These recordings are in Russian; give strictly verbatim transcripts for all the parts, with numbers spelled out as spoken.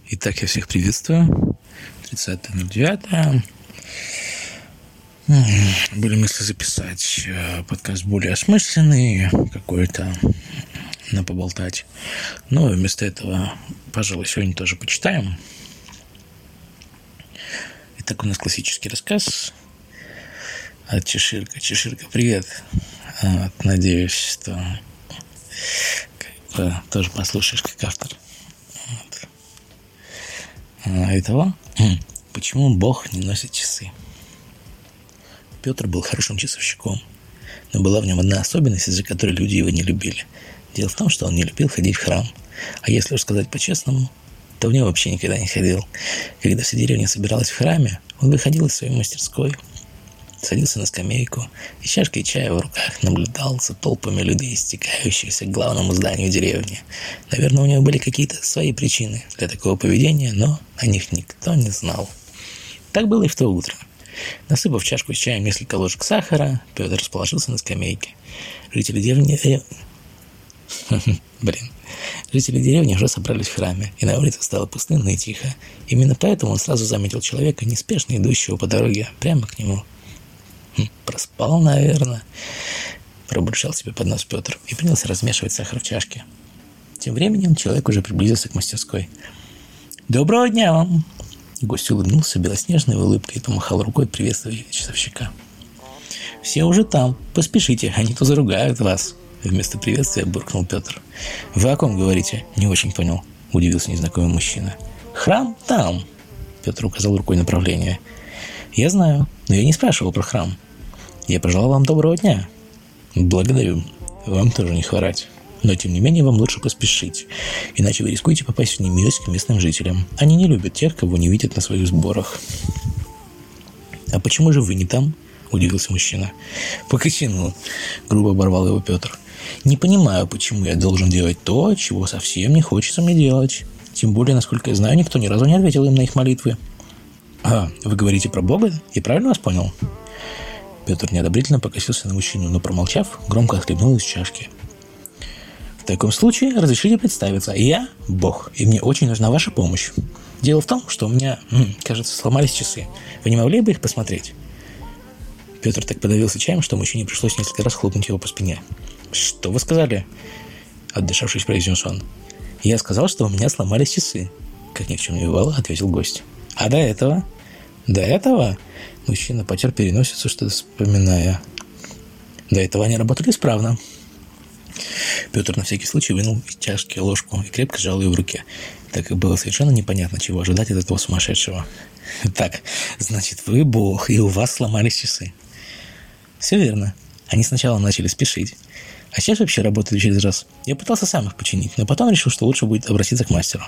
Итак, я всех приветствую. тридцатое ноль девятое. Были мысли записать подкаст более осмысленный, какой-то на поболтать. Но вместо этого, пожалуй, сегодня тоже почитаем. Итак, у нас классический рассказ от Чеширка. Чеширка, привет. Вот, надеюсь, что как бы, тоже послушаешь как автор. Вот. А, итого, почему Бог не носит часы? Петр был хорошим часовщиком, но была в нем одна особенность, из-за которой люди его не любили. Дело в том, что он не любил ходить в храм. А если уж сказать по-честному, то в него вообще никогда не ходил. Когда вся деревня собиралась в храме, он выходил из своей мастерской, садился на скамейку и с чашкой чая в руках наблюдал за толпами людей, стекающихся к главному зданию деревни. Наверное, у него были какие-то свои причины для такого поведения, но о них никто не знал. Так было и в то утро. Насыпав чашку с чаем несколько ложек сахара, Петр расположился на скамейке. Жители деревни... Блин. Жители деревни уже собрались в храме, и на улице стало пустынно и тихо. Именно поэтому он сразу заметил человека, неспешно идущего по дороге прямо к нему. Хм, проспал, наверное, пробурчал себе под нос Петр и принялся размешивать сахар в чашке. Тем временем человек уже приблизился к мастерской. «Доброго дня вам!» Гость улыбнулся белоснежной улыбкой и помахал рукой, приветствуя часовщика. «Все уже там, поспешите, а не то заругают вас!» Вместо приветствия буркнул Петр. «Вы о ком говорите?» «Не очень понял», — удивился незнакомый мужчина. «Храм там!» Петр указал рукой направление. «Я знаю, но я не спрашивал про храм. Я пожелал вам доброго дня». «Благодарю. Вам тоже не хворать. Но, тем не менее, вам лучше поспешить, иначе вы рискуете попасть в немилость к местным жителям. Они не любят тех, кого не видят на своих сборах». «А почему же вы не там?» – удивился мужчина. «По косину», – грубо оборвал его Петр. «Не понимаю, почему я должен делать то, чего совсем не хочется мне делать. Тем более, насколько я знаю, никто ни разу не ответил им на их молитвы». «А, вы говорите про Бога? Я правильно вас понял?» Петр неодобрительно покосился на мужчину, но, промолчав, громко отхлебнул из чашки. «В таком случае разрешите представиться. Я Бог, и мне очень нужна ваша помощь. Дело в том, что у меня, кажется, сломались часы. Вы не могли бы их посмотреть?» Петр так подавился чаем, что мужчине пришлось несколько раз хлопнуть его по спине. «Что вы сказали?» Отдышавшись, произнес он. «Я сказал, что у меня сломались часы», — как ни в чем не бывало, ответил гость. «А до этого?» «До этого?» Мужчина потер переносицу, что-то вспоминая. «До этого они работали исправно». Петр на всякий случай вынул из чашки ложку и крепко сжал ее в руке, так как было совершенно непонятно, чего ожидать от этого сумасшедшего. «Так, значит, вы Бог, и у вас сломались часы». «Все верно. Они сначала начали спешить, а сейчас вообще работают через раз. Я пытался сам их починить, но потом решил, что лучше будет обратиться к мастеру».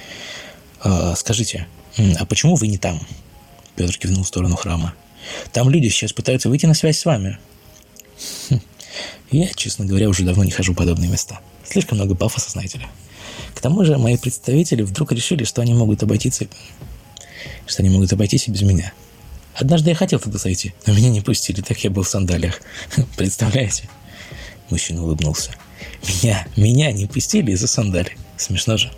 «А, скажите, а почему вы не там?» Петр кивнул в сторону храма. «Там люди сейчас пытаются выйти на связь с вами». Хм. Я, честно говоря, уже давно не хожу в подобные места. Слишком много пафоса, знаете ли. К тому же мои представители вдруг решили, что они могут обойтись, что они могут обойтись и без меня. Однажды я хотел туда зайти, но меня не пустили, так я был в сандалиях. Представляете? Мужчина улыбнулся. Меня, меня не пустили из-за сандалий. Смешно же.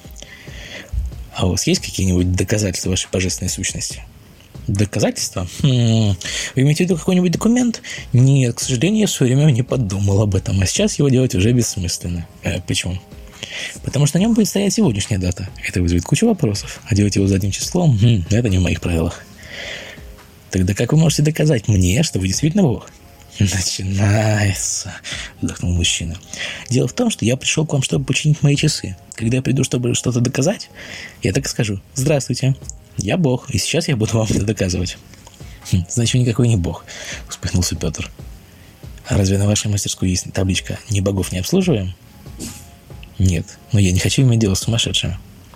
А у вас есть какие-нибудь доказательства вашей божественной сущности? Доказательства? Хм, вы имеете в виду какой-нибудь документ? Нет, к сожалению, я в свое время не подумал об этом, а сейчас его делать уже бессмысленно. Э, почему? Потому что на нем будет стоять сегодняшняя дата. Это вызовет кучу вопросов. А делать его задним числом? Хм, это не в моих правилах. Тогда как вы можете доказать мне, что вы действительно Бог? Начинается, вздохнул мужчина. Дело в том, что я пришел к вам, чтобы починить мои часы. Когда я приду, чтобы что-то доказать, я так и скажу: здравствуйте, я Бог, и сейчас я буду вам это доказывать. Хм, значит, вы никакой не Бог, усмехнулся Петр. А разве на вашей мастерской есть табличка «Не богов не обслуживаем»? Нет, но я не хочу иметь дело с сумасшедшими.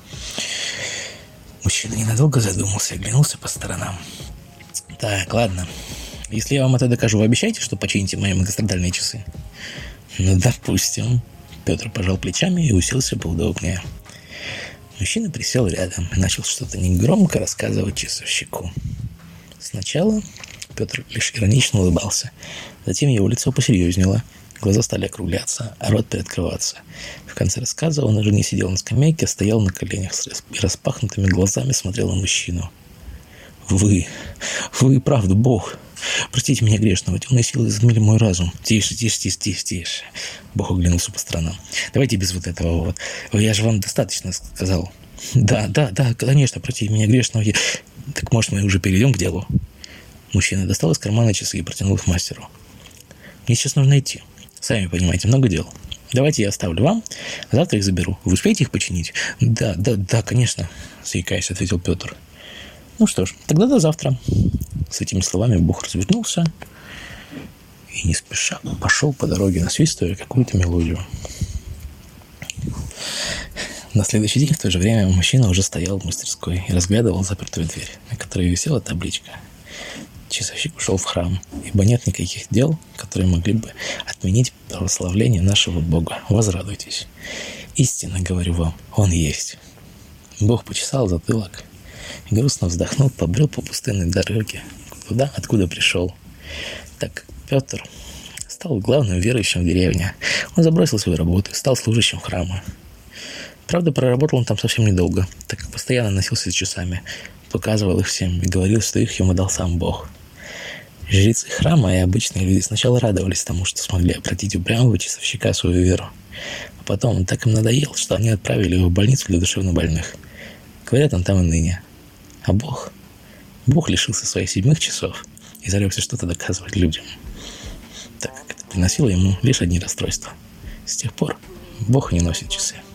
Мужчина ненадолго задумался и оглянулся по сторонам. Так, ладно. Если я вам это докажу, вы обещаете, что почините мои многострадальные часы? Ну, допустим. Петр пожал плечами и уселся поудобнее. Мужчина присел рядом и начал что-то негромко рассказывать часовщику. Сначала Петр лишь иронично улыбался. Затем его лицо посерьезнело. Глаза стали округляться, а рот приоткрываться. В конце рассказа он уже не сидел на скамейке, а стоял на коленях и распахнутыми глазами смотрел на мужчину. «Вы, вы, правда, Бог. Простите меня грешного, темные силы затмили мой разум». «Тише, тише, тише, тише, тише». Бог оглянулся по сторонам. «Давайте без вот этого вот. Я же вам достаточно сказал». «Да, да, да, конечно, простите меня грешного. Я... Так, может, мы уже перейдем к делу?» Мужчина достал из кармана часы и протянул их мастеру. «Мне сейчас нужно идти. Сами понимаете, много дел. Давайте я оставлю вам, а завтра их заберу. Вы успеете их починить?» «Да, да, да, конечно», — заикаясь, ответил Петр. «Ну что ж, тогда до завтра». С этими словами Бог развернулся и не спеша пошел по дороге, насвистывая какую-то мелодию. На следующий день в то же время мужчина уже стоял в мастерской и разглядывал запертую дверь, на которой висела табличка. Часовщик ушел в храм, ибо нет никаких дел, которые могли бы отменить прославление нашего Бога. Возрадуйтесь. Истинно говорю вам, Он есть. Бог почесал затылок и грустно вздохнул, побрел по пустынной дороге, туда, откуда пришел. Так Петр стал главным верующим в деревне. Он забросил свою работу и стал служащим храма. Правда, проработал он там совсем недолго, так как постоянно носился с часами, показывал их всем и говорил, что их ему дал сам Бог. Жрецы храма и обычные люди сначала радовались тому, что смогли обратить упрямого часовщика свою веру. А потом он так им надоел, что они отправили его в больницу для душевнобольных. Говорят, он там и ныне. А Бог? Бог лишился своих седьмых часов и зарекся что-то доказывать людям, так как это приносило ему лишь одни расстройства. С тех пор Бог не носит часы.